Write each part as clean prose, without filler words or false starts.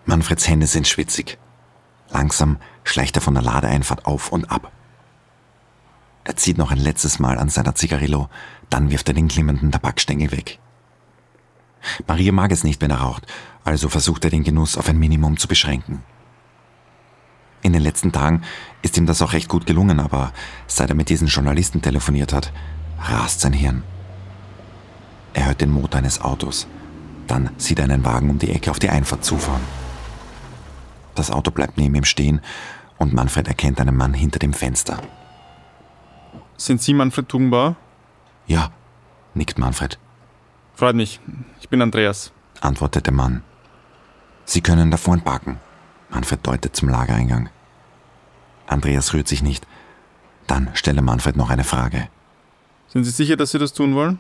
Manfreds Hände sind schwitzig. Langsam schleicht er von der Ladeeinfahrt auf und ab. Er zieht noch ein letztes Mal an seiner Zigarillo, dann wirft er den glimmenden Tabakstängel weg. Maria mag es nicht, wenn er raucht, also versucht er den Genuss auf ein Minimum zu beschränken. In den letzten Tagen ist ihm das auch recht gut gelungen, aber seit er mit diesen Journalisten telefoniert hat, rast sein Hirn. Er hört den Motor eines Autos. Dann sieht er einen Wagen um die Ecke auf die Einfahrt zufahren. Das Auto bleibt neben ihm stehen und Manfred erkennt einen Mann hinter dem Fenster. Sind Sie Manfred Tugenbauer? Ja, nickt Manfred. Freut mich, ich bin Andreas, antwortet der Mann. Sie können da vorn parken. Manfred deutet zum Lagereingang. Andreas rührt sich nicht. Dann stelle Manfred noch eine Frage. Sind Sie sicher, dass Sie das tun wollen?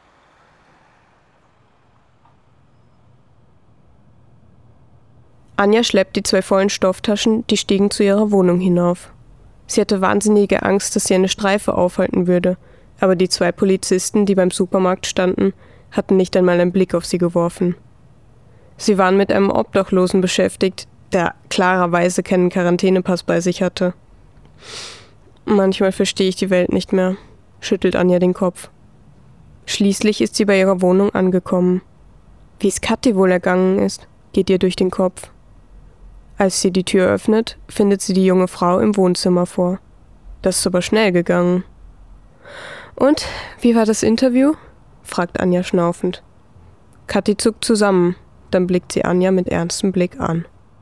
Anja schleppt die 2 vollen Stofftaschen die Stiegen zu ihrer Wohnung hinauf. Sie hatte wahnsinnige Angst, dass sie eine Streife aufhalten würde, aber die 2 Polizisten, die beim Supermarkt standen, hatten nicht einmal einen Blick auf sie geworfen. Sie waren mit einem Obdachlosen beschäftigt, der klarerweise keinen Quarantänepass bei sich hatte. Manchmal verstehe ich die Welt nicht mehr, schüttelt Anja den Kopf. Schließlich ist sie bei ihrer Wohnung angekommen. Wie es Kathi wohl ergangen ist, geht ihr durch den Kopf. Als sie die Tür öffnet, findet sie die junge Frau im Wohnzimmer vor. Das ist aber schnell gegangen. Und, wie war das Interview? Fragt Anja schnaufend. Kathi zuckt zusammen, dann blickt sie Anja mit ernstem Blick an.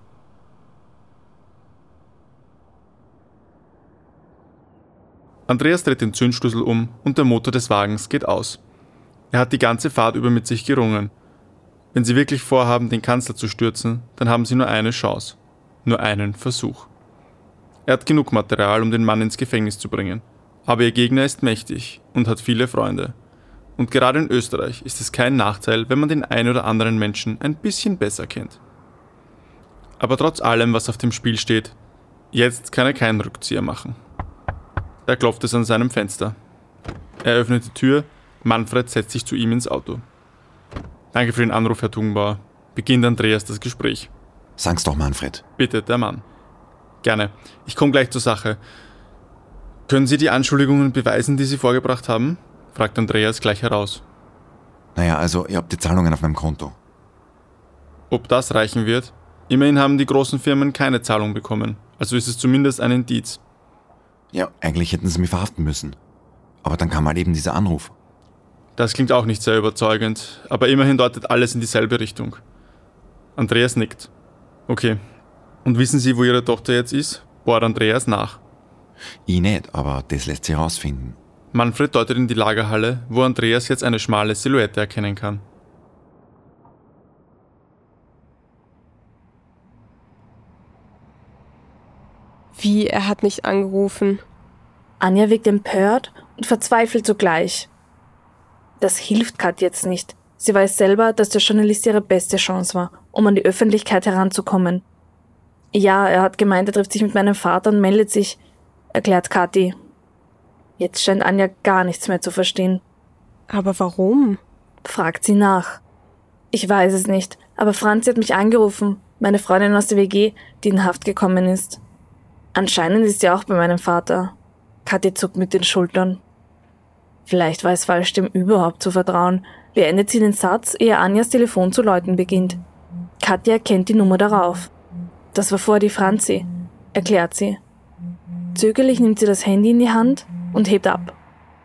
Andreas dreht den Zündschlüssel um und der Motor des Wagens geht aus. Er hat die ganze Fahrt über mit sich gerungen. Wenn Sie wirklich vorhaben, den Kanzler zu stürzen, dann haben Sie nur eine Chance. Nur einen Versuch. Er hat genug Material, um den Mann ins Gefängnis zu bringen. Aber Ihr Gegner ist mächtig und hat viele Freunde. Und gerade in Österreich ist es kein Nachteil, wenn man den einen oder anderen Menschen ein bisschen besser kennt. Aber trotz allem, was auf dem Spiel steht, jetzt kann er keinen Rückzieher machen. Da klopft es an seinem Fenster. Er öffnet die Tür, Manfred setzt sich zu ihm ins Auto. Danke für den Anruf, Herr Tugenbauer. Beginnt Andreas das Gespräch. Sag's doch, Manfred. Bittet der Mann. Gerne. Ich komme gleich zur Sache. Können Sie die Anschuldigungen beweisen, die Sie vorgebracht haben? Fragt Andreas gleich heraus. Naja, also ihr habt die Zahlungen auf meinem Konto. Ob das reichen wird? Immerhin haben die großen Firmen keine Zahlung bekommen. Also ist es zumindest ein Indiz. Ja, eigentlich hätten sie mich verhaften müssen. Aber dann kam halt eben dieser Anruf. Das klingt auch nicht sehr überzeugend, aber immerhin deutet alles in dieselbe Richtung. Andreas nickt. Okay. Und wissen Sie, wo Ihre Tochter jetzt ist? Bohrt Andreas nach. Ich nicht, aber das lässt sich herausfinden. Manfred deutet in die Lagerhalle, wo Andreas jetzt eine schmale Silhouette erkennen kann. Wie, er hat nicht angerufen? Anja wirkt empört und verzweifelt zugleich. Das hilft Kat jetzt nicht. Sie weiß selber, dass der Journalist ihre beste Chance war, um an die Öffentlichkeit heranzukommen. Ja, er hat gemeint, er trifft sich mit meinem Vater und meldet sich, erklärt Kathi. Jetzt scheint Anja gar nichts mehr zu verstehen. Aber warum? Fragt sie nach. Ich weiß es nicht, aber Franzi hat mich angerufen, meine Freundin aus der WG, die in Haft gekommen ist. Anscheinend ist sie auch bei meinem Vater. Kathi zuckt mit den Schultern. Vielleicht war es falsch, dem überhaupt zu vertrauen. Beendet sie den Satz, ehe Anjas Telefon zu läuten beginnt. Kathi erkennt die Nummer darauf. Das war vorher die Franzi, erklärt sie. Zögerlich nimmt sie das Handy in die Hand und hebt ab.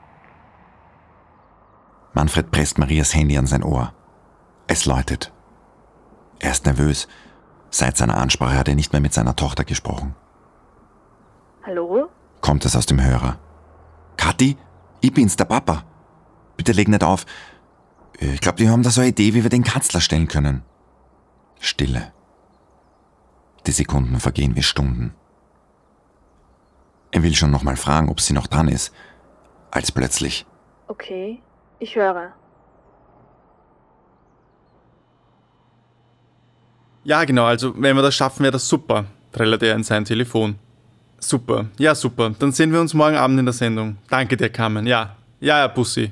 Manfred presst Marias Handy an sein Ohr. Es läutet. Er ist nervös. Seit seiner Ansprache hat er nicht mehr mit seiner Tochter gesprochen. Hallo? Kommt es aus dem Hörer. Kathi, ich bin's, der Papa. Bitte leg nicht auf. Ich glaube, wir haben da so eine Idee, wie wir den Kanzler stellen können. Stille. Die Sekunden vergehen wie Stunden. Er will schon nochmal fragen, ob sie noch dran ist, als plötzlich. Okay, ich höre. Ja, genau, also wenn wir das schaffen, wäre das super, trällert er in sein Telefon. Super, ja super, dann sehen wir uns morgen Abend in der Sendung. Danke dir, Carmen, ja, Bussi.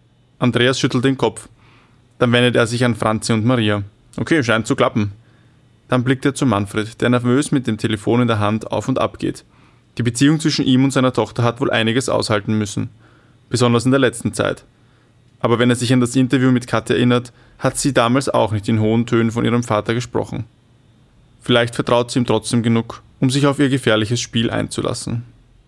Andreas schüttelt den Kopf. Dann wendet er sich an Franzi und Maria. Okay, scheint zu klappen. Dann blickt er zu Manfred, der nervös mit dem Telefon in der Hand auf und ab geht. Die Beziehung zwischen ihm und seiner Tochter hat wohl einiges aushalten müssen. Besonders in der letzten Zeit. Aber wenn er sich an das Interview mit Kathi erinnert, hat sie damals auch nicht in hohen Tönen von ihrem Vater gesprochen. Vielleicht vertraut sie ihm trotzdem genug, um sich auf ihr gefährliches Spiel einzulassen.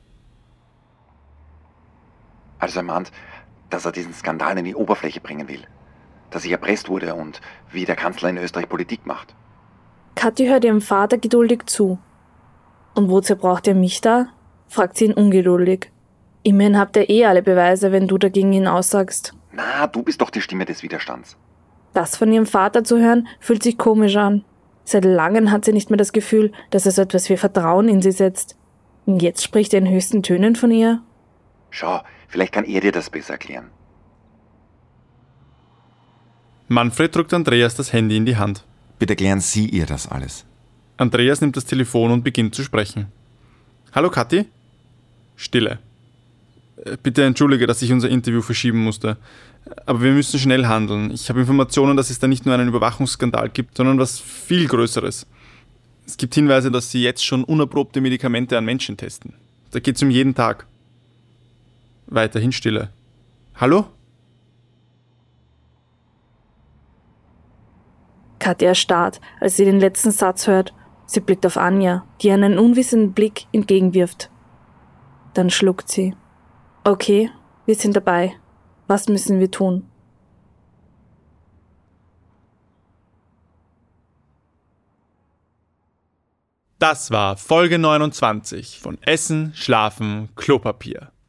Also er meint, dass er diesen Skandal in die Oberfläche bringen will. Dass ich erpresst wurde und wie der Kanzler in Österreich Politik macht. Kathi hört ihrem Vater geduldig zu. Und wozu braucht ihr mich da? Fragt sie ihn ungeduldig. Immerhin habt ihr alle Beweise, wenn du dagegen ihn aussagst. Na, du bist doch die Stimme des Widerstands. Das von ihrem Vater zu hören, fühlt sich komisch an. Seit langem hat sie nicht mehr das Gefühl, dass er so etwas wie Vertrauen in sie setzt. Und jetzt spricht er in höchsten Tönen von ihr. Schau, vielleicht kann er dir das besser erklären. Manfred drückt Andreas das Handy in die Hand. Bitte erklären Sie ihr das alles. Andreas nimmt das Telefon und beginnt zu sprechen. Hallo Kathi? Stille. Bitte entschuldige, dass ich unser Interview verschieben musste. Aber wir müssen schnell handeln. Ich habe Informationen, dass es da nicht nur einen Überwachungsskandal gibt, sondern was viel Größeres. Es gibt Hinweise, dass sie jetzt schon unerprobte Medikamente an Menschen testen. Da geht es um jeden Tag. Weiterhin Stille. Hallo? Kathi erstarrt, als sie den letzten Satz hört. Sie blickt auf Anja, die ihr einen unwissenden Blick entgegenwirft. Dann schluckt sie. Okay, wir sind dabei. Was müssen wir tun? Das war Folge 29 von Essen, Schlafen, Klopapier.